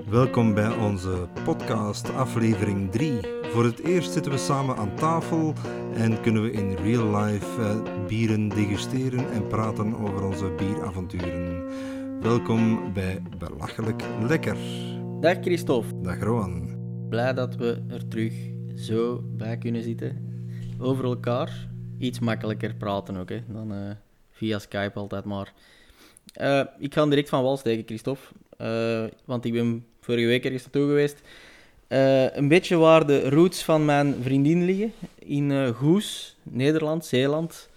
Welkom bij onze podcast aflevering 3. Voor het eerst zitten we samen aan tafel en kunnen we in real life bieren degusteren en praten over onze bieravonturen. Welkom bij Belachelijk Lekker. Dag Christophe. Dag Rowan. Blij dat we er terug zo bij kunnen zitten. Over elkaar. Iets makkelijker praten ook, hè, dan via Skype altijd maar. Ik ga direct van wal steken, Christophe. Want ik ben vorige week ergens naartoe geweest. Een beetje waar de roots van mijn vriendin liggen. In Goes, Nederland, Zeeland.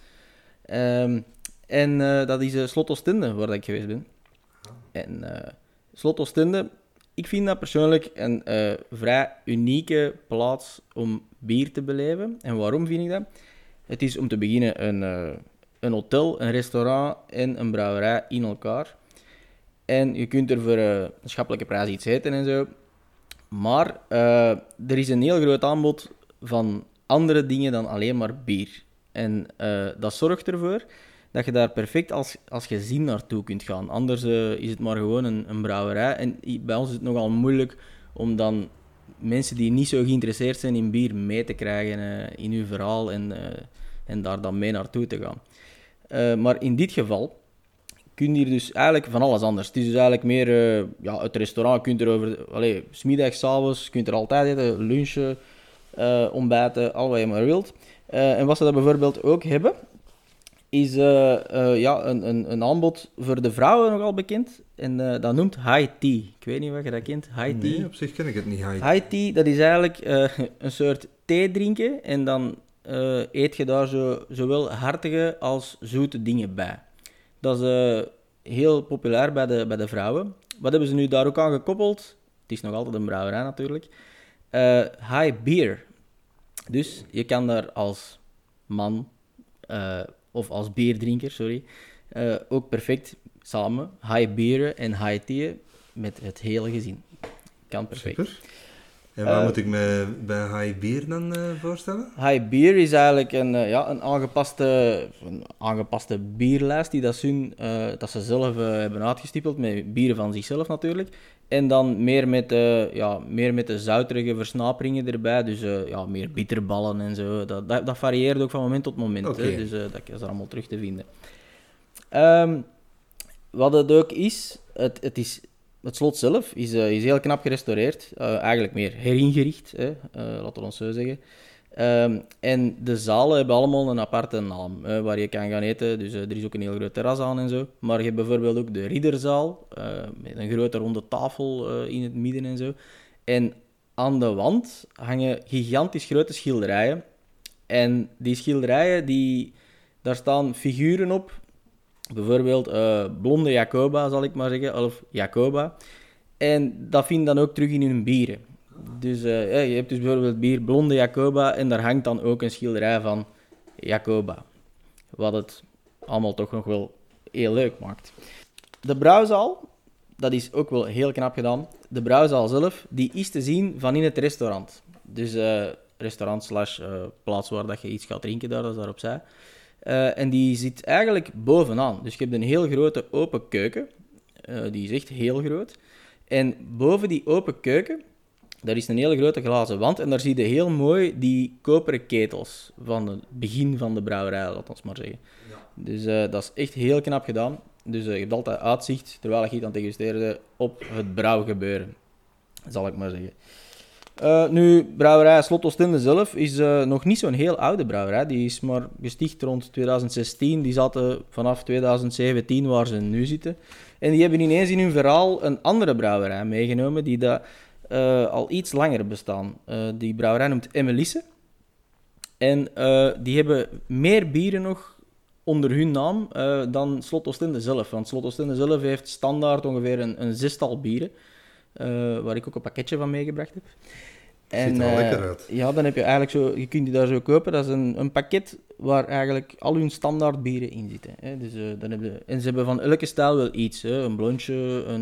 En dat is Slot Oostende, waar ik geweest ben. En Slot Oostende, ik vind dat persoonlijk een vrij unieke plaats om bier te beleven. En waarom vind ik dat? Het is om te beginnen een hotel, een restaurant en een brouwerij in elkaar. En je kunt er voor een schappelijke prijs iets eten en zo. Maar er is een heel groot aanbod van andere dingen dan alleen maar bier. En dat zorgt ervoor dat je daar perfect als gezin naartoe kunt gaan. Anders is het maar gewoon een brouwerij. En bij ons is het nogal moeilijk om dan mensen die niet zo geïnteresseerd zijn in bier mee te krijgen in uw verhaal en daar dan mee naartoe te gaan. Maar in dit geval kun je dus eigenlijk van alles anders. Het is dus eigenlijk meer het restaurant. Kunt er over, 's middags, 's avonds, kunt er altijd eten, lunchen, ontbijten, al wat je maar wilt. En wat ze dat bijvoorbeeld ook hebben, is een aanbod voor de vrouwen nogal bekend. En dat noemt high tea. Ik weet niet of je dat kent, high tea. Nee, op zich ken ik het niet. High tea, dat is eigenlijk een soort thee drinken. En dan eet je daar zowel hartige als zoete dingen bij. Dat is heel populair bij de vrouwen. Wat hebben ze nu daar ook aan gekoppeld? Het is nog altijd een brouwerij natuurlijk. High beer. Dus je kan daar als man of als bierdrinker, ook perfect samen high bieren en high tea met het hele gezin. Kan perfect. Super. En wat moet ik me bij high beer dan voorstellen? High beer is eigenlijk een aangepaste bierlijst die dat ze zelf hebben uitgestippeld, met bieren van zichzelf natuurlijk. En dan meer met de zouterige versnaperingen erbij, dus meer bitterballen en zo. Dat varieert ook van moment tot moment, Okay. hè, dus dat is er allemaal terug te vinden. Wat het ook is, het slot zelf is heel knap gerestaureerd. Eigenlijk meer heringericht, laten we ons zo zeggen. En de zalen hebben allemaal een aparte naam waar je kan gaan eten. Dus er is ook een heel groot terras aan en zo. Maar je hebt bijvoorbeeld ook de Ridderzaal, met een grote ronde tafel in het midden en zo. En aan de wand hangen gigantisch grote schilderijen. En die schilderijen, daar staan figuren op. Bijvoorbeeld blonde Jacoba, zal ik maar zeggen, of Jacoba. En dat vind je dan ook terug in hun bieren. Dus je hebt dus bijvoorbeeld bier blonde Jacoba en daar hangt dan ook een schilderij van Jacoba. Wat het allemaal toch nog wel heel leuk maakt. De brouwzaal, dat is ook wel heel knap gedaan. De brouwzaal zelf, die is te zien van in het restaurant. Dus restaurant / plaats waar dat je iets gaat drinken, dat is daar opzij. En die zit eigenlijk bovenaan. Dus je hebt een heel grote open keuken. Die is echt heel groot. En boven die open keuken, daar is een hele grote glazen wand. En daar zie je heel mooi die koperen ketels van het begin van de brouwerij, laat ons maar zeggen. Ja. Dus dat is echt heel knap gedaan. Dus je hebt altijd uitzicht, terwijl je iets aan het degusteren bent, op het brouwgebeuren. Zal ik maar zeggen. Nu, brouwerij Slot Oostende zelf is nog niet zo'n heel oude brouwerij. Die is maar gesticht rond 2016. Die zaten vanaf 2017 waar ze nu zitten. En die hebben ineens in hun verhaal een andere brouwerij meegenomen die al iets langer bestaan. Die brouwerij noemt Emelisse. En die hebben meer bieren nog onder hun naam dan Slot Oostende zelf. Want Slot Oostende zelf heeft standaard ongeveer een zestal bieren. Waar ik ook een pakketje van meegebracht heb. Ziet er wel lekker uit. Ja, dan heb je eigenlijk je kunt die daar zo kopen. Dat is een pakket waar eigenlijk al hun standaard bieren in zitten. Hè. Dus, en ze hebben van elke stijl wel iets. Hè. Een blondje,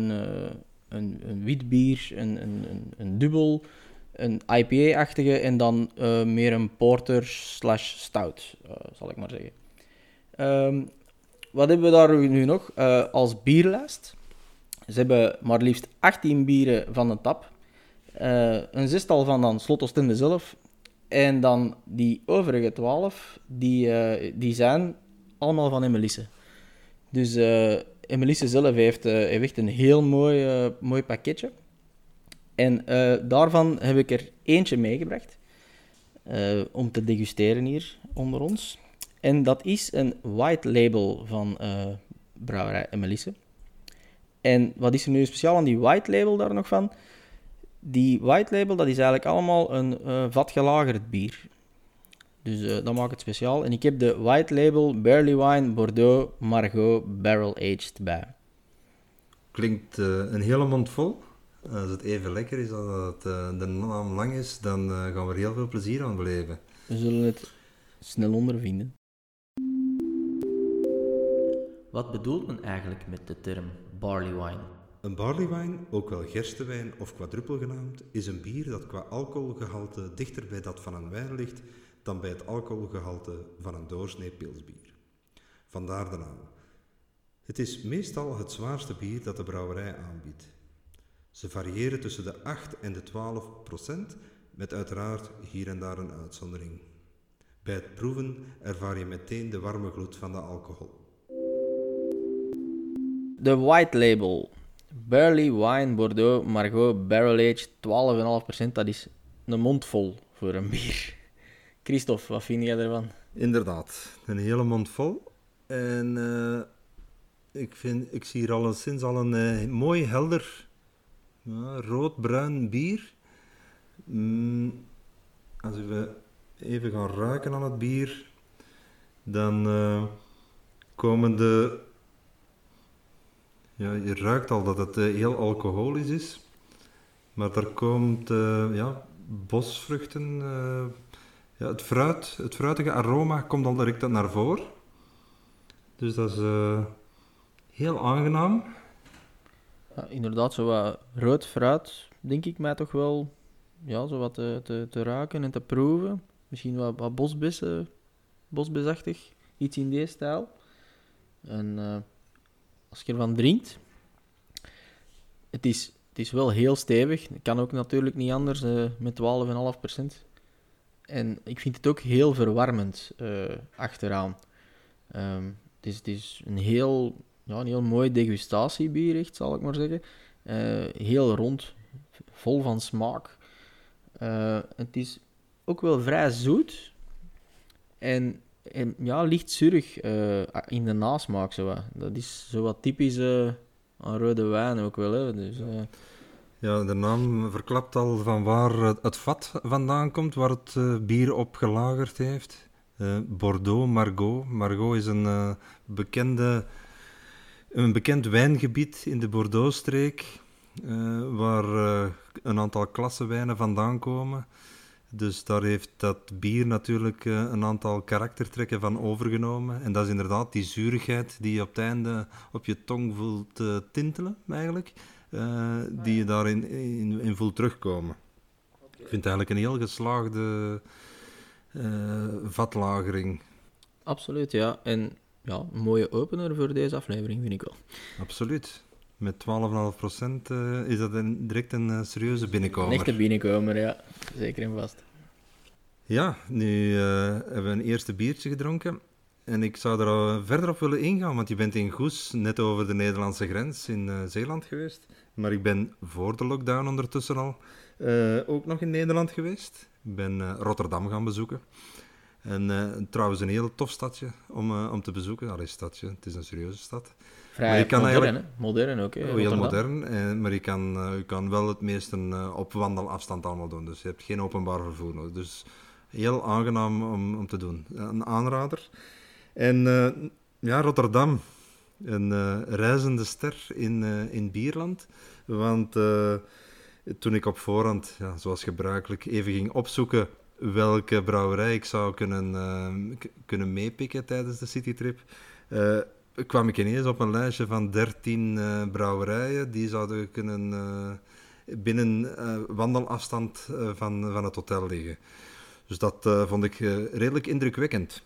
een wit bier, een dubbel, een IPA-achtige en dan meer een porter / stout, zal ik maar zeggen. Wat hebben we daar nu nog als bierlijst? Ze hebben maar liefst 18 bieren van de tap. Een zestal van dan Slot Oostende zelf. En dan die overige 12, die zijn allemaal van Emelisse. Dus Emelisse zelf heeft echt een heel mooi pakketje. En daarvan heb ik er eentje meegebracht. Om te degusteren hier onder ons. En dat is een white label van brouwerij Emelisse. En wat is er nu speciaal aan die white label daar nog van? Die white label, dat is eigenlijk allemaal een vatgelagerd bier. Dus dat maakt het speciaal. En ik heb de white label Barley Wine Bordeaux Margaux Barrel Aged bij. Klinkt een hele mond vol. Als het even lekker is als het de naam lang is, dan gaan we er heel veel plezier aan beleven. We zullen het snel ondervinden. Wat bedoelt men eigenlijk met de term barley wine? Een barleywijn, ook wel gerstewijn of quadruppel genaamd, is een bier dat qua alcoholgehalte dichter bij dat van een wijn ligt dan bij het alcoholgehalte van een doorsnee pilsbier. Vandaar de naam. Het is meestal het zwaarste bier dat de brouwerij aanbiedt. Ze variëren tussen de 8 en de 12%, met uiteraard hier en daar een uitzondering. Bij het proeven ervaar je meteen de warme gloed van de alcohol. De white label Barley Wine Bordeaux Margaux Barrel Aged 12,5%, dat is een mond vol voor een bier. Christophe, wat vind jij ervan? Inderdaad, een hele mond vol. En ik zie hier alleszins al een mooi helder rood-bruin bier. Als we even gaan ruiken aan het bier, dan komen de... Ja, je ruikt al dat het heel alcoholisch is. Maar er komt bosvruchten... het fruitige aroma komt al direct naar voren. Dus dat is heel aangenaam. Ja, inderdaad, zo wat rood fruit, denk ik mij toch wel zo wat te ruiken en te proeven. Misschien wat bosbesachtig, iets in deze stijl. En als je ervan drinkt, het is wel heel stevig. Het kan ook natuurlijk niet anders met 12,5%. En ik vind het ook heel verwarmend achteraan. Het is een heel mooi degustatiebier, echt, zal ik maar zeggen. Heel rond, vol van smaak. Het is ook wel vrij zoet. En licht zurig in de nasmaak. Zo wat. Dat is zo wat typisch aan rode wijn ook wel. Hè. Dus, Ja, de naam verklapt al van waar het vat vandaan komt, waar het bier op gelagerd heeft. Bordeaux, Margaux. Margaux is een bekend wijngebied in de Bordeaux-streek, waar een aantal klassenwijnen vandaan komen. Dus daar heeft dat bier natuurlijk een aantal karaktertrekken van overgenomen. En dat is inderdaad die zurigheid die je op het einde op je tong voelt tintelen, eigenlijk. Die je daarin in voelt terugkomen. Okay. Ik vind het eigenlijk een heel geslaagde vatlagering. Absoluut, ja. En ja, een mooie opener voor deze aflevering, vind ik wel. Absoluut. Met 12,5% is dat direct een serieuze binnenkomer. Een echte binnenkomer, ja. Zeker en vast. Ja, nu hebben we een eerste biertje gedronken. En ik zou er verder op willen ingaan, want je bent in Goes, net over de Nederlandse grens, in Zeeland geweest. Maar ik ben voor de lockdown ondertussen al ook nog in Nederland geweest. Ik ben Rotterdam gaan bezoeken. En trouwens een heel tof stadje om te bezoeken. Allee, stadje, het is een serieuze stad. Vrij modern, hè? Modern ook. Hè? Heel modern, maar je kan wel het meeste op wandelafstand allemaal doen. Dus je hebt geen openbaar vervoer nodig. Dus heel aangenaam om te doen. Een aanrader. En Rotterdam, een reizende ster in bierland. Want toen ik op voorhand, zoals gebruikelijk, even ging opzoeken welke brouwerij ik zou kunnen meepikken tijdens de citytrip, kwam ik ineens op een lijstje van 13 brouwerijen die zouden kunnen binnen wandelafstand van het hotel liggen. Dus dat vond ik redelijk indrukwekkend.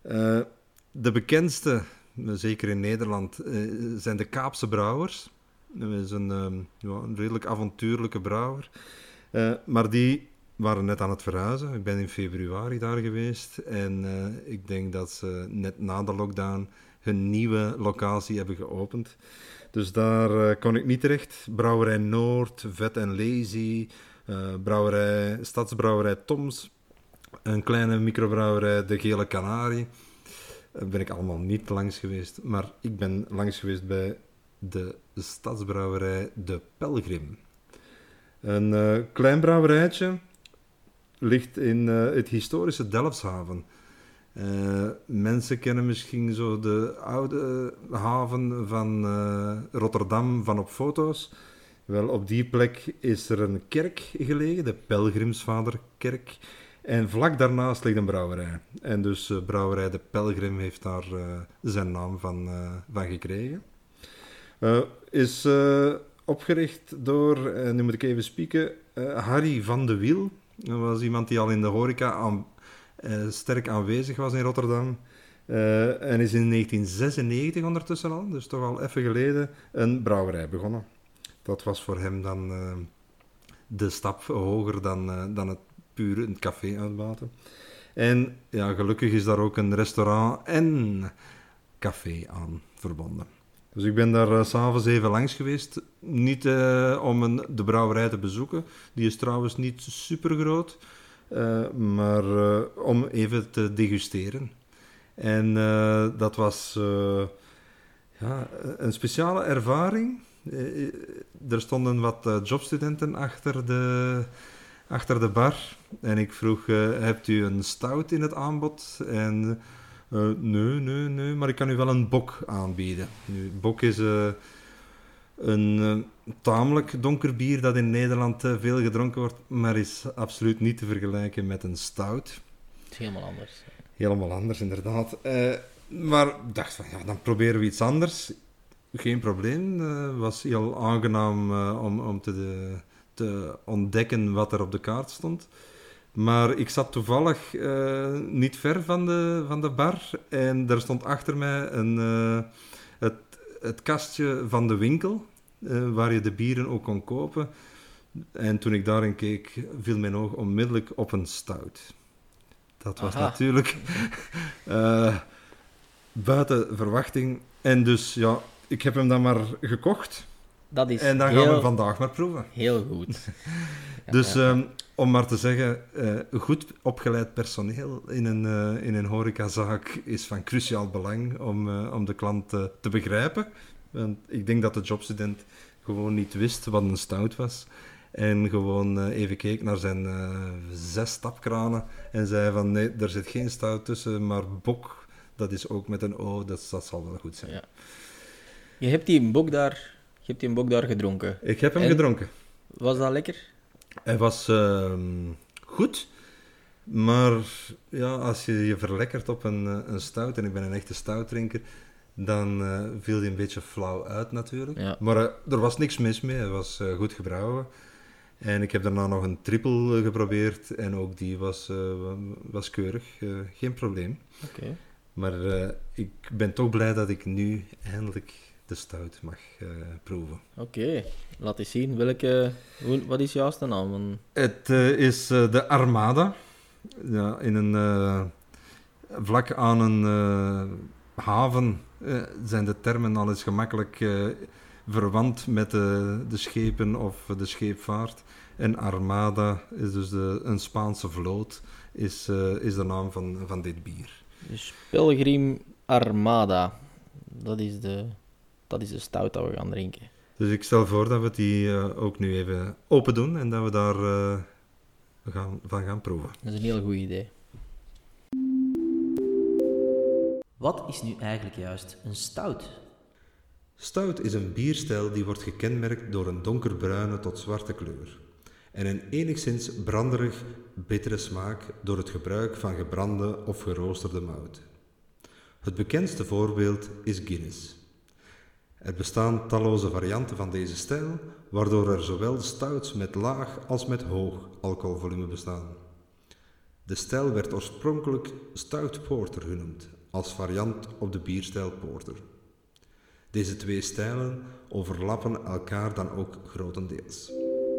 De bekendste, zeker in Nederland, zijn de Kaapse brouwers. Dat is een redelijk avontuurlijke brouwer. Maar die waren net aan het verhuizen. Ik ben in februari daar geweest. En ik denk dat ze net na de lockdown hun nieuwe locatie hebben geopend. Dus daar kon ik niet terecht. Brouwerij Noord, Vet en Lazy, Stadsbrouwerij Toms, een kleine microbrouwerij De Gele Canarie. Daar ben ik allemaal niet langs geweest, maar ik ben langs geweest bij de stadsbrouwerij De Pelgrim. Een klein brouwerijtje, ligt in het historische Delfshaven. Mensen kennen misschien zo de oude haven van Rotterdam van op foto's. Wel, op die plek is er een kerk gelegen, de Pelgrimsvaderkerk. En vlak daarnaast ligt een brouwerij. En dus brouwerij De Pelgrim heeft daar zijn naam van gekregen. Is opgericht door, nu moet ik even spieken, Harry van de Wiel. Dat was iemand die al in de horeca sterk aanwezig was in Rotterdam. En is in 1996 ondertussen al, dus toch al even geleden, een brouwerij begonnen. Dat was voor hem dan de stap hoger dan het puur een café uitbaten. En ja, gelukkig is daar ook een restaurant en café aan verbonden. Dus ik ben daar 's avonds even langs geweest. Niet om de brouwerij te bezoeken. Die is trouwens niet super groot. Maar om even te degusteren. En dat was een speciale ervaring. Er stonden wat jobstudenten achter de bar. En ik vroeg, hebt u een stout in het aanbod? En nee, maar ik kan u wel een bok aanbieden. Nu, bok is een tamelijk donker bier dat in Nederland veel gedronken wordt, maar is absoluut niet te vergelijken met een stout. Het is helemaal anders. Helemaal anders, inderdaad. Maar ik dacht van, ja, dan proberen we iets anders. Geen probleem. Het was heel aangenaam om te ontdekken wat er op de kaart stond. Maar ik zat toevallig niet ver van de bar en er stond achter mij het kastje van de winkel, waar je de bieren ook kon kopen. En toen ik daarin keek, viel mijn oog onmiddellijk op een stout. Dat was natuurlijk buiten verwachting. En dus, ja, ik heb hem dan maar gekocht. Dat is en dan gaan we hem vandaag maar proeven. Heel goed. Dus om maar te zeggen, goed opgeleid personeel in een horecazaak is van cruciaal belang om de klant te begrijpen. Want ik denk dat de jobstudent gewoon niet wist wat een stout was. En gewoon even keek naar zijn 6 stapkranen en zei van nee, er zit geen stout tussen, maar bok, dat is ook met een O, dat zal wel goed zijn. Ja. Je hebt die bok daar gedronken. Ik heb hem gedronken. Was dat lekker? Hij was goed, maar ja, als je je verlekkert op een stout, en ik ben een echte stoutdrinker, dan viel hij een beetje flauw uit natuurlijk. Ja. Maar er was niks mis mee, hij was goed gebrouwen. En ik heb daarna nog een triple geprobeerd en ook die was keurig, geen probleem. Okay. Maar ik ben toch blij dat ik nu eindelijk de stout mag proeven. Oké, laat eens zien. Wat is juist de naam? Het is de Armada. Ja, vlak aan een haven zijn de termen al eens gemakkelijk verwant met de schepen of de scheepvaart. En Armada is dus een Spaanse vloot, is de naam van dit bier. Dus Pelgrim Armada, dat is de stout dat we gaan drinken. Dus ik stel voor dat we die ook nu even open doen en dat we daar van gaan proeven. Dat is een heel goed idee. Wat is nu eigenlijk juist een stout? Stout is een bierstijl die wordt gekenmerkt door een donkerbruine tot zwarte kleur en een enigszins branderig, bittere smaak door het gebruik van gebrande of geroosterde mout. Het bekendste voorbeeld is Guinness. Er bestaan talloze varianten van deze stijl, waardoor er zowel stouts met laag als met hoog alcoholvolume bestaan. De stijl werd oorspronkelijk stout porter genoemd, als variant op de bierstijl porter. Deze twee stijlen overlappen elkaar dan ook grotendeels.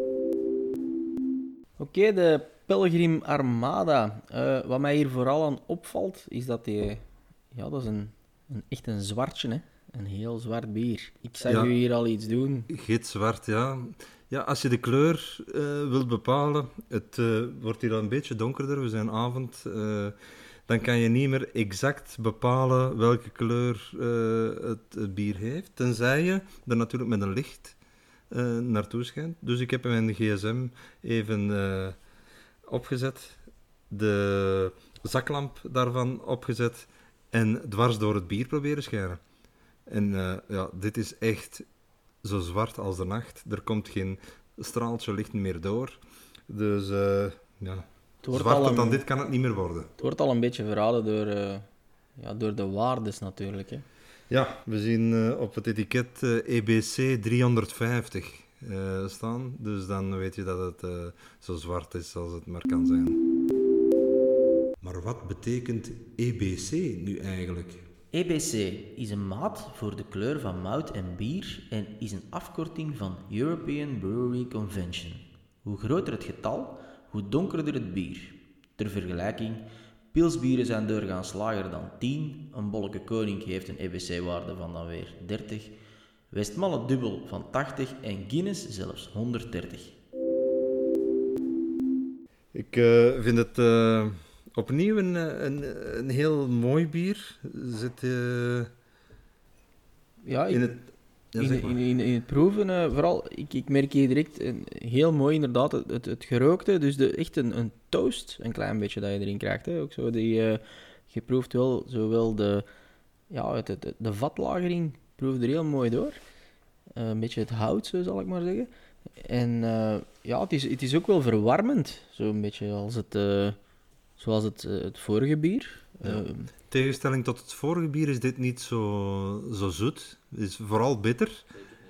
Oké, de Pelgrim Armada. Wat mij hier vooral aan opvalt, is dat die... Ja, dat is echt een zwartje, hè. Een heel zwart bier. Ik zag u hier al iets doen. Gitzwart, ja. Ja, als je de kleur wilt bepalen, het wordt hier al een beetje donkerder, we zijn avond, dan kan je niet meer exact bepalen welke kleur het bier heeft, tenzij je er natuurlijk met een licht naartoe schijnt. Dus ik heb mijn gsm even opgezet, de zaklamp daarvan opgezet en dwars door het bier proberen schijnen. En dit is echt zo zwart als de nacht. Er komt geen straaltje licht meer door. Dus zwarter dan dit kan het niet meer worden. Het wordt al een beetje verraden door de waardes natuurlijk, hè. Ja, we zien op het etiket EBC 350 staan. Dus dan weet je dat het zo zwart is als het maar kan zijn. Maar wat betekent EBC nu eigenlijk? EBC is een maat voor de kleur van mout en bier en is een afkorting van European Brewery Convention. Hoe groter het getal, hoe donkerder het bier. Ter vergelijking, pilsbieren zijn doorgaans lager dan 10, een bolleke koning heeft een EBC-waarde van dan weer 30, Westmalle dubbel van 80 en Guinness zelfs 130. Ik vind het opnieuw een heel mooi bier. Zit in het proeven, vooral, ik merk hier direct heel mooi inderdaad het gerookte, dus echt een toast, een klein beetje dat je erin krijgt. Hè. Ook zo je proeft wel zowel de vatlagering, proeft er heel mooi door. Een beetje het hout, zo zal ik maar zeggen. En het is ook wel verwarmend, zo'n beetje als zoals het vorige bier. Ja. Tegenstelling tot het vorige bier is dit niet zo zoet. Het is vooral bitter.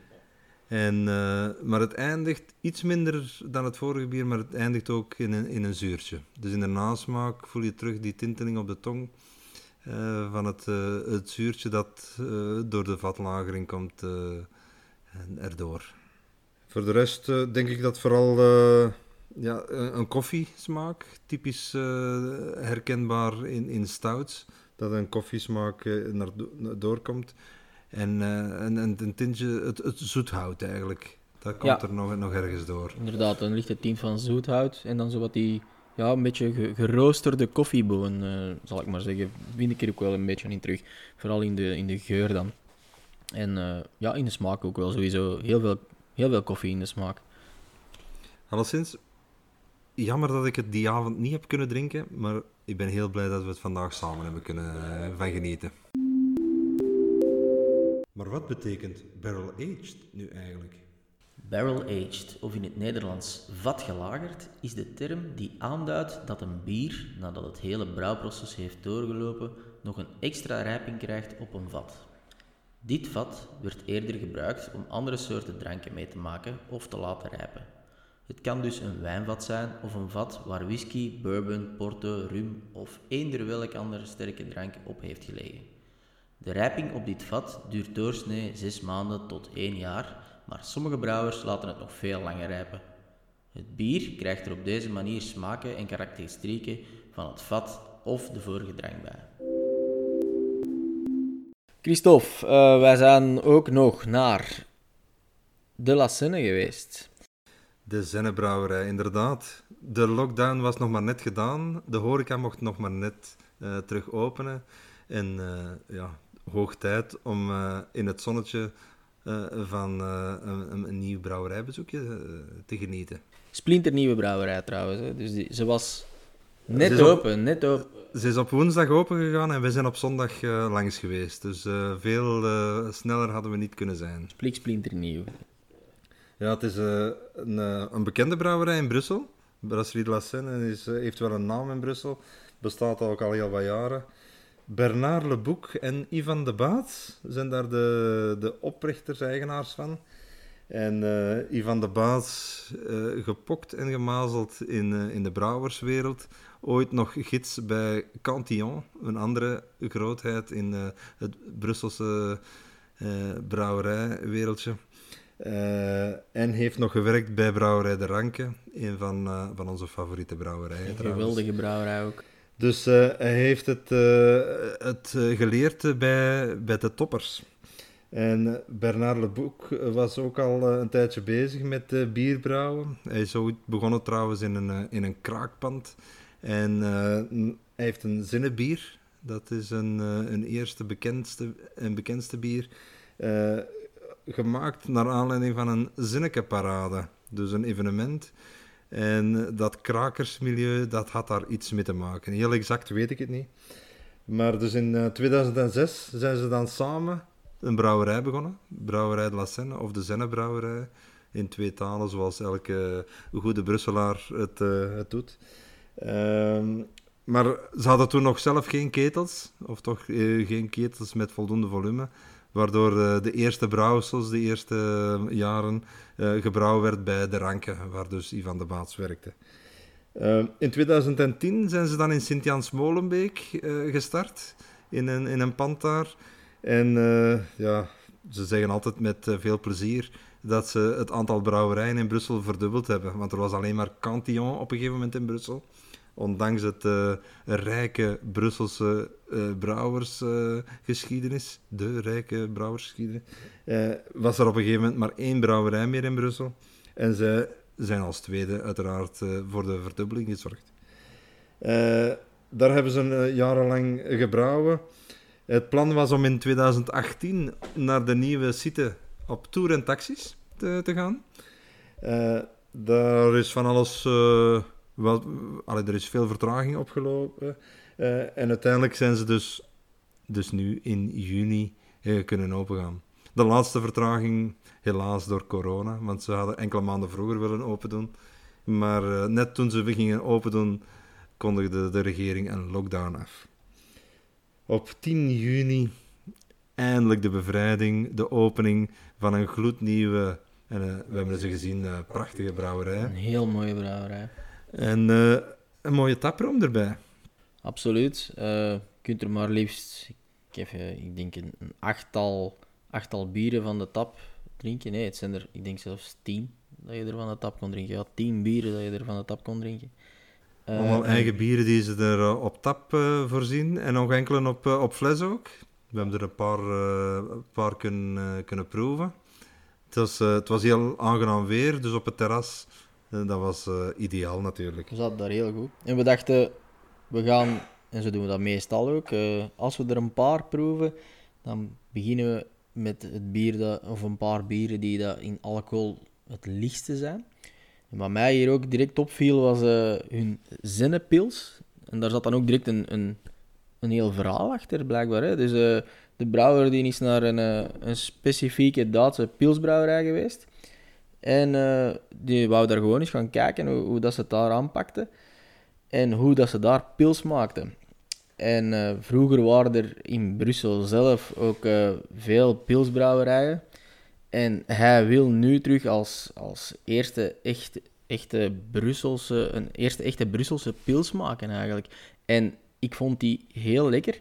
Maar het eindigt iets minder dan het vorige bier, maar het eindigt ook in een zuurtje. Dus in de nasmaak voel je terug die tinteling op de tong van het zuurtje dat door de vatlagering komt erdoor. Voor de rest denk ik dat vooral een koffiesmaak, typisch herkenbaar in stouts, dat een koffiesmaak naar doorkomt. En een tintje, het zoethout eigenlijk, dat komt er nog ergens door. Inderdaad, dan ligt het tint van zoethout en dan zo wat die een beetje geroosterde koffieboon, zal ik maar zeggen, vind ik er ook wel een beetje in terug. Vooral in de geur dan. En in de smaak ook wel sowieso heel veel koffie in de smaak. Alleszins, jammer dat ik het die avond niet heb kunnen drinken, maar ik ben heel blij dat we het vandaag samen hebben kunnen van genieten. Maar wat betekent barrel-aged nu eigenlijk? Barrel-aged, of in het Nederlands vatgelagerd, is de term die aanduidt dat een bier, nadat het hele brouwproces heeft doorgelopen, nog een extra rijping krijgt op een vat. Dit vat werd eerder gebruikt om andere soorten dranken mee te maken of te laten rijpen. Het kan dus een wijnvat zijn of een vat waar whisky, bourbon, porto, rum of eender welk andere sterke drank op heeft gelegen. De rijping op dit vat duurt doorsnee 6 maanden tot 1 jaar, maar sommige brouwers laten het nog veel langer rijpen. Het bier krijgt er op deze manier smaken en karakteristieken van het vat of de vorige drank bij. Christophe, wij zijn ook nog naar de La Senne geweest. De Zennebrouwerij, inderdaad. De lockdown was nog maar net gedaan. De horeca mocht nog maar net terug openen. En hoog tijd om in het zonnetje van een nieuw brouwerijbezoekje te genieten. Splinternieuwe brouwerij trouwens. Hè. Dus ze was net open. Ze is op woensdag open gegaan en wij zijn op zondag langs geweest. Dus veel sneller hadden we niet kunnen zijn. Splinternieuw. Ja, het is een bekende brouwerij in Brussel. Brasserie de La Senne heeft wel een naam in Brussel. Bestaat ook al heel wat jaren. Bernard Lebouc en Ivan de Baat zijn daar de oprichters, eigenaars van. En Ivan de Baat, gepokt en gemazeld in de brouwerswereld. Ooit nog gids bij Cantillon, een andere grootheid in het Brusselse brouwerijwereldje. En heeft nog gewerkt bij Brouwerij de Ranke, een van onze favoriete brouwerijen. Een geweldige brouwerij ook. Dus hij heeft het geleerd bij de toppers. En Bernard Lebouc was ook al een tijdje bezig met bierbrouwen. Hij is ooit begonnen trouwens in een kraakpand. En hij heeft een zinnenbier. Dat is een eerste bekendste bier. Gemaakt naar aanleiding van een zinnenkeparade. Dus een evenement. En dat krakersmilieu, dat had daar iets mee te maken. Heel exact weet ik het niet. Maar dus in 2006 zijn ze dan samen een brouwerij begonnen. Brouwerij de La Senne, of de Zennebrouwerij. In 2 talen, zoals elke goede Brusselaar het doet. Maar ze hadden toen nog zelf geen ketels. Of toch geen ketels met voldoende volume. Waardoor de eerste brouwsels, de eerste jaren, gebrouwen werd bij de Ranke, waar dus Ivan de Baats werkte. In 2010 zijn ze dan in Sint-Jans-Molenbeek gestart, in een pand daar. En ze zeggen altijd met veel plezier dat ze het aantal brouwerijen in Brussel verdubbeld hebben. Want er was alleen maar Cantillon op een gegeven moment in Brussel. Ondanks het rijke Brusselse brouwersgeschiedenis, de rijke brouwersgeschiedenis, was er op een gegeven moment maar 1 brouwerij meer in Brussel. En zij zijn als tweede uiteraard voor de verdubbeling gezorgd. Daar hebben ze jarenlang gebrouwen. Het plan was om in 2018 naar de nieuwe site op Tour en Taxis te gaan. Daar is van alles... er is veel vertraging opgelopen. En uiteindelijk zijn ze dus nu in juni kunnen opengaan. De laatste vertraging helaas door corona, want ze hadden enkele maanden vroeger willen open doen. Maar net toen ze gingen open doen, kondigde de regering een lockdown af. Op 10 juni eindelijk de bevrijding, de opening van een gloednieuwe, en we hebben ze gezien, prachtige brouwerij. Een heel mooie brouwerij. En een mooie taproom erbij. Absoluut. Je kunt er maar liefst, ik denk een achttal bieren van de tap drinken. Nee, het zijn er, ik denk zelfs 10 dat je er van de tap kon drinken. Ja, 10 bieren dat je er van de tap kon drinken. Allemaal eigen bieren die ze er op tap voorzien. En nog enkele op fles ook. We hebben er een paar kunnen proeven. Het was heel aangenaam weer, dus op het terras... Dat was ideaal natuurlijk. We zaten daar heel goed. En we dachten, we gaan, en zo doen we dat meestal ook, als we er een paar proeven, dan beginnen we met het bier of een paar bieren die dat in alcohol het lichtste zijn. En wat mij hier ook direct opviel was hun Zennepils. En daar zat dan ook direct een heel verhaal achter, blijkbaar. Hè? Dus de brouwer die is naar een specifieke Duitse pilsbrouwerij geweest. En die wou daar gewoon eens gaan kijken hoe dat ze het daar aanpakten. En hoe dat ze daar pils maakten. En vroeger waren er in Brussel zelf ook veel pilsbrouwerijen. En hij wil nu terug als eerste echte Brusselse pils maken eigenlijk. En ik vond die heel lekker.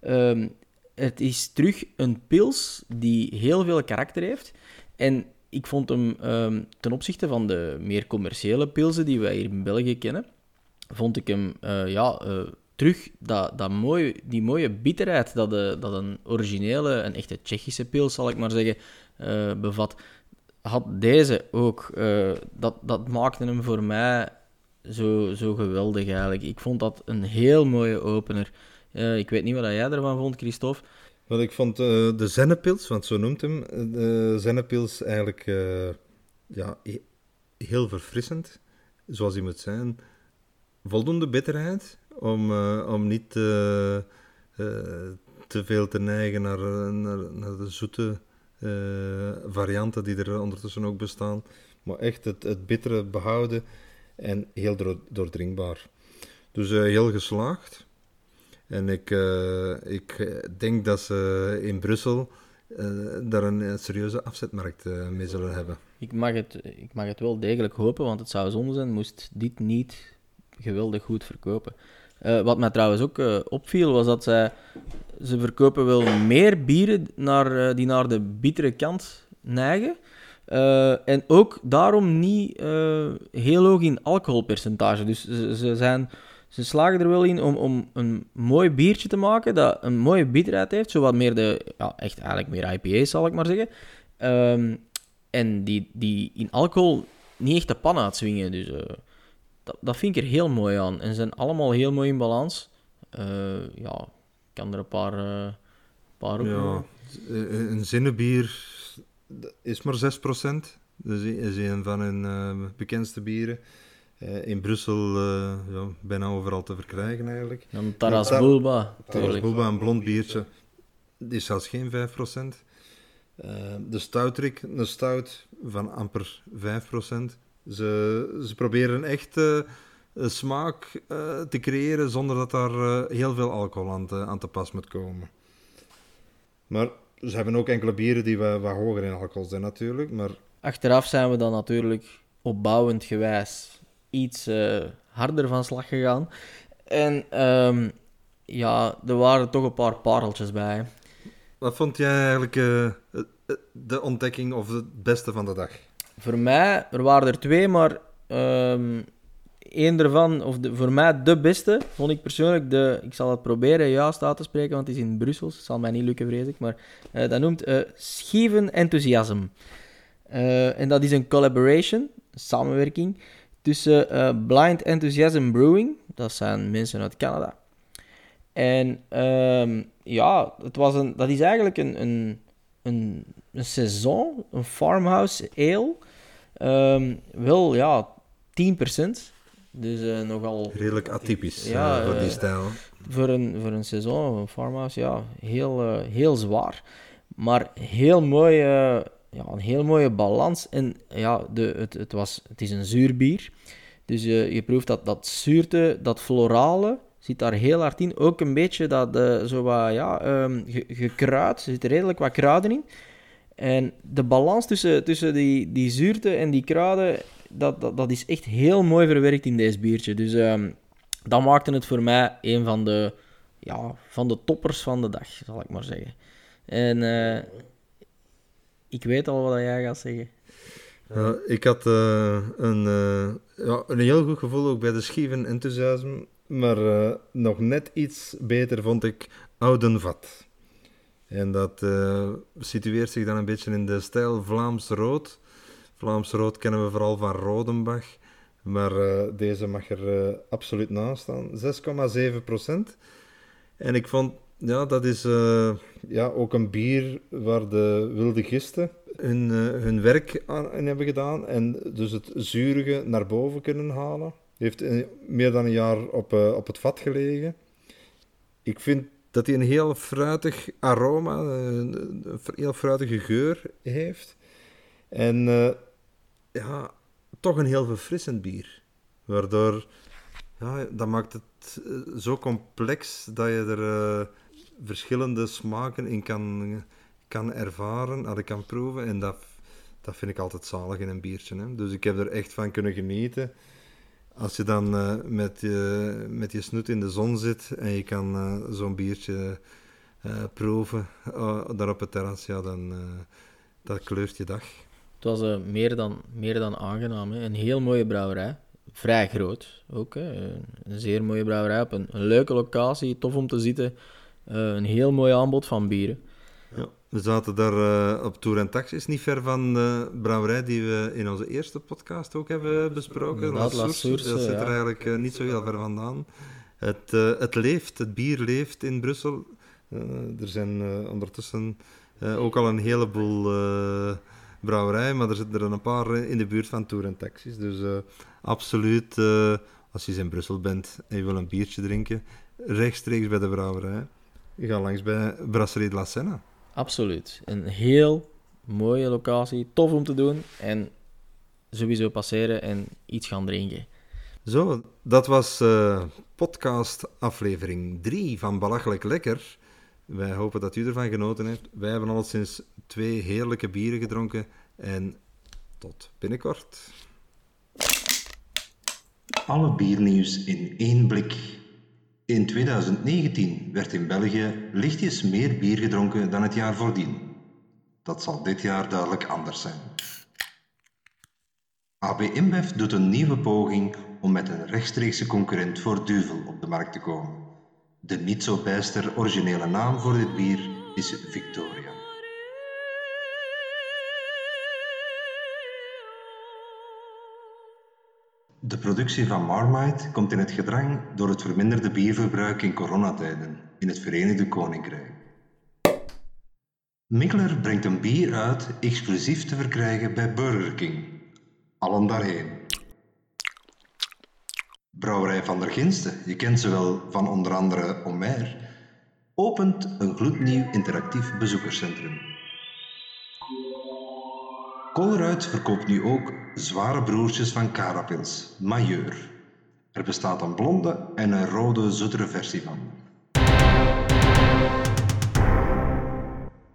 Het is terug een pils die heel veel karakter heeft. En ik vond hem ten opzichte van de meer commerciële pilsen die wij hier in België kennen, vond ik hem terug die mooie bitterheid dat een originele, een echte Tsjechische pils, zal ik maar zeggen, bevat. Had deze ook. Dat maakte hem voor mij zo geweldig eigenlijk. Ik vond dat een heel mooie opener. Ik weet niet wat jij ervan vond, Christophe. Wel, ik vond de Zennepils, want zo noemt hem, de Zennepils eigenlijk heel verfrissend, zoals hij moet zijn. Voldoende bitterheid, om niet te veel te neigen naar de zoete varianten die er ondertussen ook bestaan. Maar echt het bittere behouden en heel doordringbaar. Dus heel geslaagd. En ik denk dat ze in Brussel daar een serieuze afzetmarkt mee zullen hebben. Ik mag het wel degelijk hopen, want het zou zonde zijn moest dit niet geweldig goed verkopen. Wat mij trouwens ook opviel, was dat zij ze verkopen wel meer bieren die naar de bittere kant neigen. En ook daarom niet heel hoog in alcoholpercentage. Dus ze slagen er wel in om een mooi biertje te maken dat een mooie bitterheid heeft. Zowat meer echt eigenlijk meer IPA's, zal ik maar zeggen. En die in alcohol niet echt de pan uitswingen. Dus dat vind ik er heel mooi aan. En ze zijn allemaal heel mooi in balans. Ik kan er een paar op. Ja, een zinnenbier is maar 6%. Dat is een van hun bekendste bieren. In Brussel bijna overal te verkrijgen eigenlijk. Dan Taras Bulba. Taras Bulba, een blond biertje. Die is zelfs geen 5%. De Stoutrik, een stout van amper 5%. Ze proberen echt smaak te creëren zonder dat daar heel veel alcohol aan te pas moet komen. Maar ze hebben ook enkele bieren die wat hoger in alcohol zijn natuurlijk. Maar... Achteraf zijn we dan natuurlijk opbouwend gewijs iets harder van slag gegaan. En er waren toch een paar pareltjes bij. Wat vond jij eigenlijk de ontdekking of het beste van de dag? Voor mij, er waren er 2, maar één ervan, voor mij de beste, vond ik persoonlijk, ik zal het proberen juist uit te spreken, want het is in Brussel, het zal mij niet lukken, vrees ik, maar dat noemt Schieven Enthusiasm. En dat is een collaboration, een samenwerking, tussen Blind Enthusiasm Brewing, dat zijn mensen uit Canada. En dat is eigenlijk een saison, een farmhouse ale. Wel, ja, 10%. Dus nogal... Redelijk atypisch voor die stijl. Voor een saison, een farmhouse, ja, heel zwaar. Maar heel mooi, een heel mooie balans. En ja, het is een zuur bier. Dus je proeft dat zuurte, dat florale, zit daar heel hard in. Ook een beetje dat gekruid, er zit redelijk wat kruiden in. En de balans tussen die zuurte en die kruiden, dat is echt heel mooi verwerkt in deze biertje. Dus dat maakte het voor mij een van de toppers van de dag, zal ik maar zeggen. En ik weet al wat jij gaat zeggen. Ik had een heel goed gevoel ook bij de Schieven Enthusiasm, maar nog net iets beter vond ik Oudenvat. En dat situeert zich dan een beetje in de stijl Vlaams rood. Vlaams rood kennen we vooral van Rodenbach, maar deze mag er absoluut naast staan. 6,7%. En ik vond, dat is ook een bier waar de wilde gisten hun werk aan hebben gedaan en dus het zurige naar boven kunnen halen. Heeft meer dan een jaar op het vat gelegen. Ik vind dat hij een heel fruitig aroma, een heel fruitige geur heeft. En toch een heel verfrissend bier. Waardoor, dat maakt het zo complex dat je er verschillende smaken in kan ervaren, kan proeven. En dat vind ik altijd zalig in een biertje. Hè. Dus ik heb er echt van kunnen genieten. Als je dan met je snoet in de zon zit en je kan zo'n biertje proeven daar op het terras, dan dat kleurt je dag. Het was meer dan aangenaam. Hè. Een heel mooie brouwerij. Vrij groot ook. Hè. Een zeer mooie brouwerij op een leuke locatie. Tof om te zitten. Een heel mooi aanbod van bieren. Ja, we zaten daar op Tour en Taxis, niet ver van de brouwerij die we in onze eerste podcast ook hebben besproken. La Source, dat zit er eigenlijk niet zo heel ver vandaan. Het bier leeft in Brussel. Er zijn ondertussen ook al een heleboel brouwerijen, maar er zitten er een paar in de buurt van Tour en Taxis. Dus absoluut, als je in Brussel bent en je wil een biertje drinken, rechtstreeks bij de brouwerij. Je gaat langs bij Brasserie de la Senna. Absoluut. Een heel mooie locatie. Tof om te doen. En sowieso passeren en iets gaan drinken. Zo, dat was podcast aflevering 3 van Belachelijk Lekker. Wij hopen dat u ervan genoten heeft. Wij hebben al sinds 2 heerlijke bieren gedronken. En tot binnenkort. Alle biernieuws in 1 blik. In 2019 werd in België lichtjes meer bier gedronken dan het jaar voordien. Dat zal dit jaar duidelijk anders zijn. AB InBev doet een nieuwe poging om met een rechtstreekse concurrent voor Duvel op de markt te komen. De niet zo bijster originele naam voor dit bier is Victoria. De productie van Marmite komt in het gedrang door het verminderde bierverbruik in coronatijden in het Verenigd Koninkrijk. Mikkeler brengt een bier uit exclusief te verkrijgen bij Burger King. Allen daarheen. Brouwerij Van der Ginsten, je kent ze wel van onder andere Omer, opent een gloednieuw interactief bezoekerscentrum. Colruyt verkoopt nu ook zware broertjes van Carapils, Majeur. Er bestaat een blonde en een rode zoetere versie van.